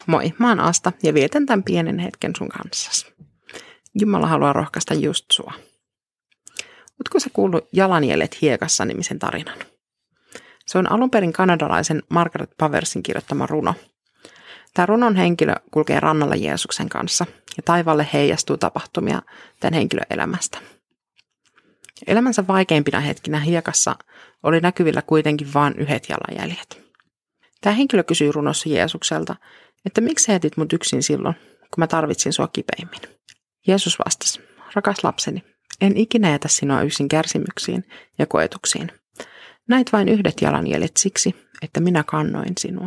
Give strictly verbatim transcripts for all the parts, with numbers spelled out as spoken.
Moi, mä oon Asta ja vietän tämän pienen hetken sun kanssasi. Jumala haluaa rohkaista just sua. Ootko sä kuullut Jalanjäljet hiekassa -nimisen tarinan? Se on alun perin kanadalaisen Margaret Powersin kirjoittama runo. Tämä runon henkilö kulkee rannalla Jeesuksen kanssa ja taivaalle heijastuu tapahtumia tämän henkilön elämästä. Elämänsä vaikeimpina hetkinä hiekassa oli näkyvillä kuitenkin vain yhdet jalanjäljet. Tämä henkilö kysyy runossa Jeesukselta, että miksi sä jätit mut yksin silloin, kun mä tarvitsin sua kipeimmin. Jeesus vastasi, rakas lapseni, en ikinä jätä sinua yksin kärsimyksiin ja koetuksiin. Näit vain yhdet jalanjäljet siksi, että minä kannoin sinua.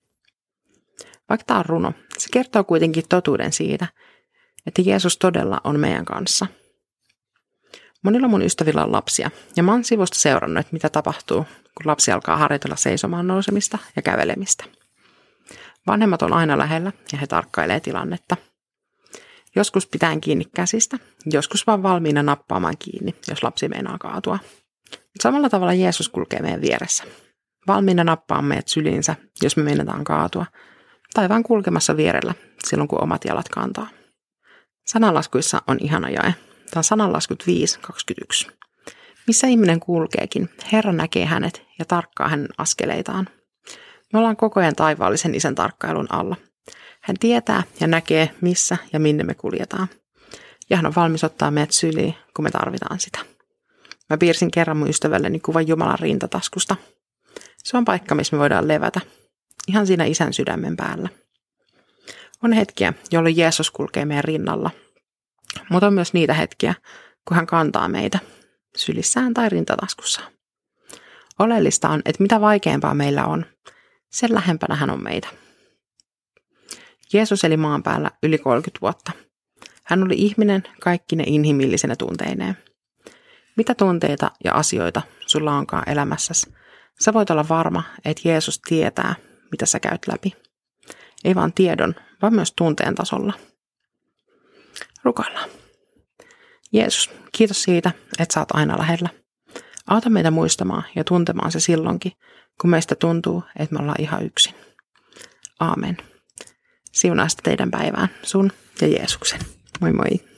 Vaikka tämä on runo, se kertoo kuitenkin totuuden siitä, että Jeesus todella on meidän kanssa. Monilla mun ystävillä on lapsia, ja mä oon sivusta seurannut, että mitä tapahtuu, kun lapsi alkaa harjoitella seisomaan nousemista ja kävelemistä. Vanhemmat on aina lähellä, ja he tarkkailee tilannetta. Joskus pitäen kiinni käsistä, joskus vaan valmiina nappaamaan kiinni, jos lapsi meinaa kaatua. Samalla tavalla Jeesus kulkee meidän vieressä. Valmiina nappaamaan meidät syliinsä, jos me meinataan kaatua, tai vaan kulkemassa vierellä silloin, kun omat jalat kantaa. Sananlaskuissa on ihana jae. Tämä on sananlaskut viisi kaksikymmentäyksi. Missä ihminen kulkeekin, Herra näkee hänet ja tarkkaa hänen askeleitaan. Me ollaan koko ajan taivaallisen Isän tarkkailun alla. Hän tietää ja näkee, missä ja minne me kuljetaan. Ja hän on valmis ottaa meidät syliin, kun me tarvitaan sitä. Mä piirsin kerran mun ystävälleni kuvan Jumalan rintataskusta. Se on paikka, missä me voidaan levätä. Ihan siinä Isän sydämen päällä. On hetkiä, jolloin Jeesus kulkee meidän rinnalla. Mutta on myös niitä hetkiä, kun hän kantaa meitä sylissään tai rintataskussaan. Oleellista on, että mitä vaikeampaa meillä on, sen lähempänä hän on meitä. Jeesus eli maan päällä yli kolmekymmentä vuotta. Hän oli ihminen kaikkine inhimillisenä tunteineen. Mitä tunteita ja asioita sulla onkaan elämässäsi, sä voit olla varma, että Jeesus tietää, mitä sä käyt läpi. Ei vaan tiedon, vaan myös tunteen tasolla. Rukoillaan. Jeesus, kiitos siitä, että sä oot aina lähellä. Auta meitä muistamaan ja tuntemaan se silloinkin, kun meistä tuntuu, että me ollaan ihan yksin. Aamen. Siunaa sitä teidän päivään, sun ja Jeesuksen. Moi moi.